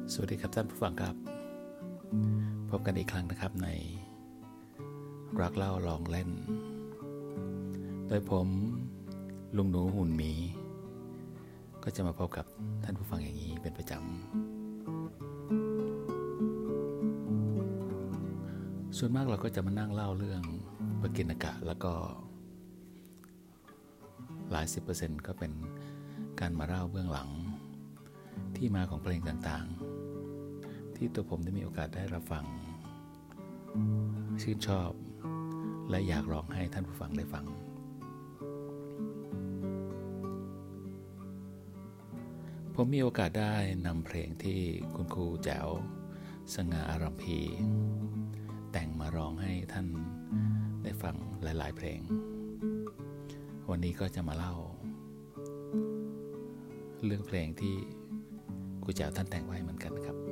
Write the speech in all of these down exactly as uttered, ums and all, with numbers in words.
สวัสดีครับท่านผู้ฟังครับพบกันอีกครั้งนะครับในรักเล่าลองเล่นโดยผมลุงหนูหุ่นหมีก็จะมาพบกับท่านผู้ฟังอย่างนี้เป็นประจำส่วนมากเราก็จะมานั่งเล่าเรื่องปกิณกะแล้วก็หลายสิบเปอร์เซ็นต์ก็เป็นการมาเล่าเบื้องหลังที่มาของเพลงต่างๆที่ตัวผมได้มีโอกาสได้รับฟังชื่นชอบและอยากร้องให้ท่านผู้ฟังได้ฟังผมมีโอกาสได้นำเพลงที่คุณครูแจ๋วสง่าอารัมพีแต่งมาร้องให้ท่านได้ฟังหลายๆเพลงวันนี้ก็จะมาเล่าเรื่องเพลงที่ครูแจ๋วท่านแต่งไว้เหมือนกันครับ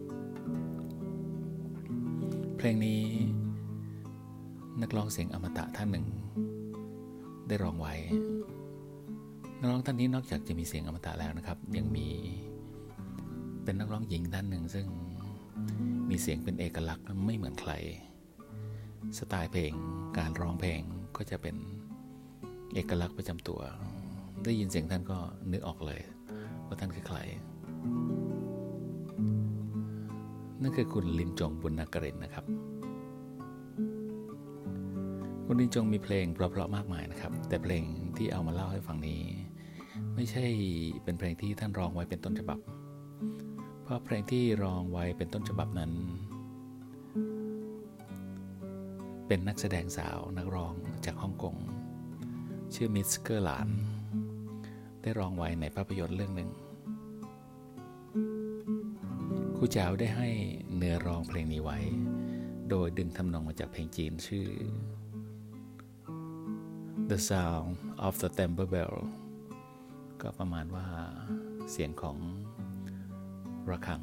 เพลงนี้นักร้องเสียงอมตะท่านหนึ่งได้ร้องไว้นักร้องท่านนี้นอกจากจะมีเสียงอมตะแล้วนะครับยังมีเป็นนักร้องหญิงท่านหนึ่งซึ่งมีเสียงเป็นเอกลักษณ์ไม่เหมือนใครสไตล์เพลงการร้องเพลงก็จะเป็นเอกลักษณ์ประจำตัวได้ยินเสียงท่านก็นึกออกเลยว่าท่านคือใครนั่นคือคุณลินจงบุญนกรินทร์นะครับคุณลินจงมีเพลงเพราะๆมากมายนะครับแต่เพลงที่เอามาเล่าให้ฟังนี้ไม่ใช่เป็นเพลงที่ท่านร้องไว้เป็นต้นฉบับเพราะเพลงที่ร้องไว้เป็นต้นฉบับนั้นเป็นนักแสดงสาวนักร้องจากฮ่องกงชื่อมิสเกอร์หลานได้ร้องไว้ในภาพยนตร์เรื่องหนึ่งครูแจ๋วได้ให้เนื้อร้องเพลงนี้ไว้โดยดึงทำนองมาจากเพลงจีนชื่อ The Sound of the Temple Bell ก็ประมาณว่าเสียงของระฆัง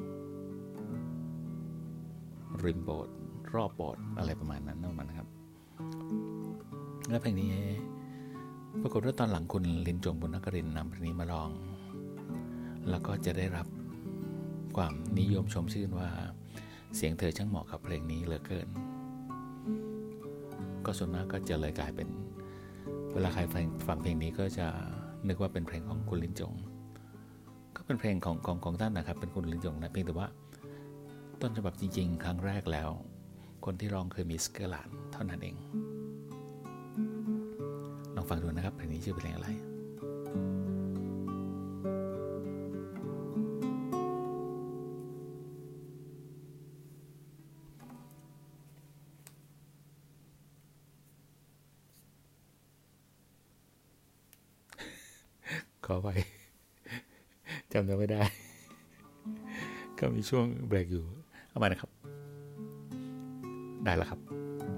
ริมโบสถ์รอบโบสถ์อะไรประมาณนั้นนะครับและเพลงนี้ปรากฏว่าตอนหลังคุณลินจงบุญนกรินทร์นำเพลงนี้มาร้องแล้วก็จะได้รับความนิยมชมชื่นว่าเสียงเธอช่างเหมาะกับเพลงนี้เหลือเกินก็ส่วนมากก็จะเลยกลายเป็นเวลาใครฟังเพลงนี้ก็จะนึกว่าเป็นเพลงของคุณลินจงก็เป็นเพลงของของของท่านนะครับเป็นคุณลินจงนะเพียงแต่ว่าต้นฉบับจริงๆครั้งแรกแล้วคนที่ร้องคือมิสเกอร์หลานเท่านั้นเองลองฟังดูนะครับเพลงนี้ชื่อเพลงอะไรขอไปจำไม่ได้ก็มีช่วงเบรกอยู่เอามานะครับได้แล้วครับ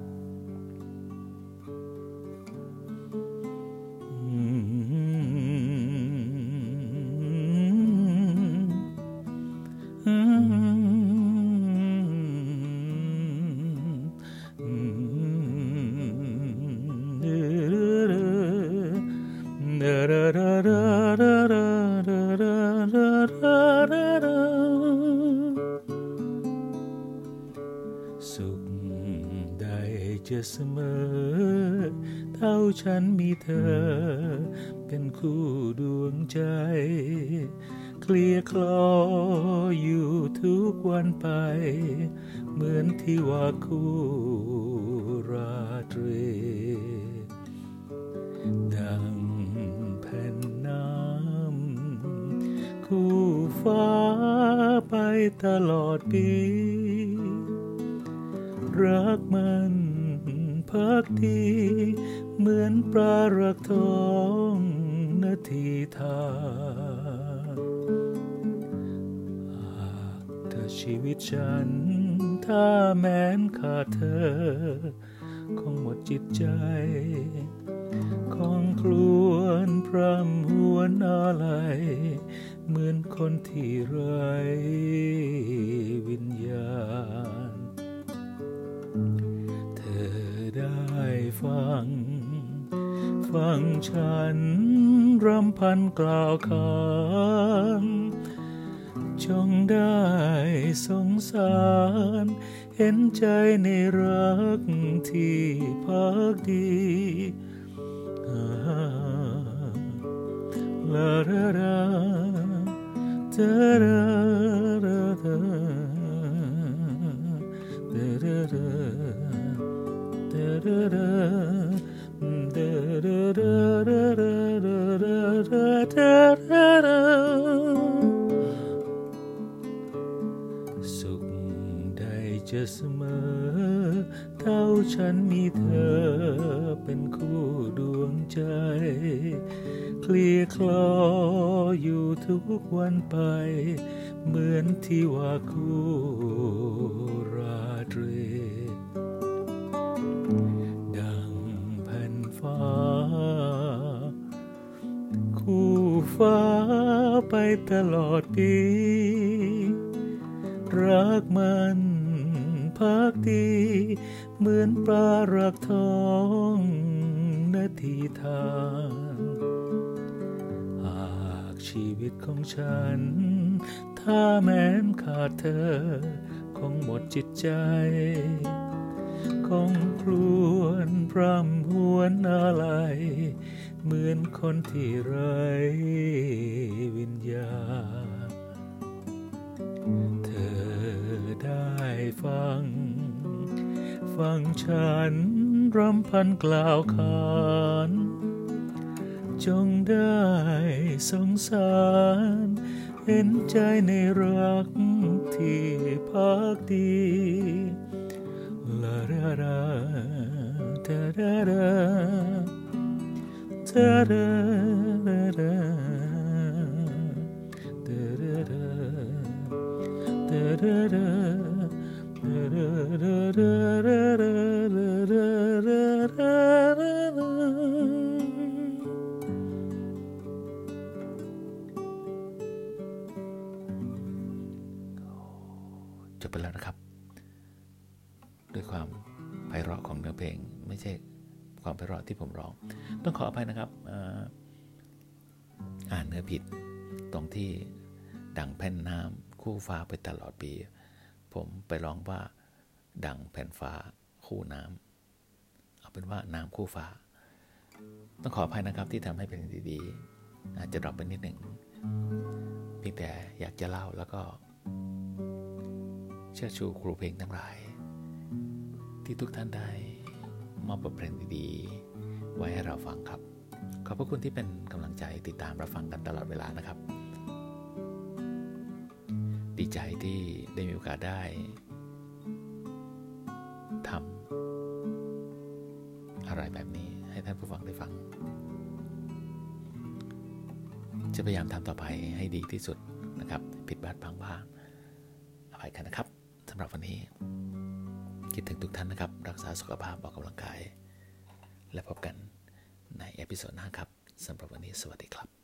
สุขใดจะเสมอเท่าฉันมีเธอเป็นคู่ดวงใจเคลียร์คลออยู่ทุกวันไปเหมือนที่ว่าคู่ราตรีดังแผ่นน้ำคู่ฟ้าไปตลอดปีรักมันพักดีเหมือนปลารักท้องนาทีทาหากเธอชีวิตฉันถ้าแม้นขาดเธอคงหมดจิตใจของครวญพร่ำหวนอะไรเหมือนคนที่ไร้วิญญาณเธอได้ฟังฟังฉันรำพันกล่าวขานจงได้สงสารเห็นใจในรักที่พักดีลาลาลาเธอลาลาเธอเธอเธอเธอเธอเธอเธอเธอเธอเธอเธอสุขใดจะเสมอเท่าฉันมีเธอเป็นคู่ดวงใจเคลียคลออยู่ทุกวันไปเหมือนที่ว่าคู่ราตรีดังแผ่นฟ้าคู่ฟ้าไปตลอดปีรักมันพักดีเหมือนปลารักท้องนาทีทางหากชีวิตของฉันถ้าแม้นขาดเธอคงหมดจิตใจคงครวญพร่ำหวนอะไรเหมือนคนที่ไร้วิญญาณเธอได้ฟังฟังฉันรำพันกล่าวขานจงได้สงสารเห็นใจในรักที่พักดีลาลาลาเธอเธอเธอเธอเธอเธอเธอเธอเธอจบไปแล้วนะครับด้วยความไพเราะของเนื้อเพลงไม่ใช่ความไพเราะที่ผมร้องต้องขออภัยนะครับอ่านเนื้อผิดตรงที่ดังแผ่นน้ำคู่ฟ้าไปตลอดปีผมไปร้องว่าดังแผ่นฟ้าคู่น้ำเอาเป็นว่าน้ำคู่ฟ้าต้องขออภัยนะครับที่ทำให้เพลงดีๆอาจจะดรอปไปนิดหนึ่งเพียงแต่อยากจะเล่าแล้วก็เชิดชูครูเพลงทั้งหลายที่ทุกท่านได้มอบบทเพลงดีๆไว้ให้เราฟังครับขอบพระคุณที่เป็นกำลังใจติดตามรับฟังกันตลอดเวลานะครับดีใจที่ได้มีโอกาสได้ทำอะไรแบบนี้ให้ท่านผู้ฟังได้ฟังจะพยายามทำต่อไปให้ดีที่สุดนะครับผิดพลาดพังบ้างอภัยกันนะครับสำหรับวันนี้คิดถึงทุกท่านนะครับรักษาสุขภาพออกกำลังกายและพบกันในเอพิโซดหน้าครับสำหรับวันนี้สวัสดีครับ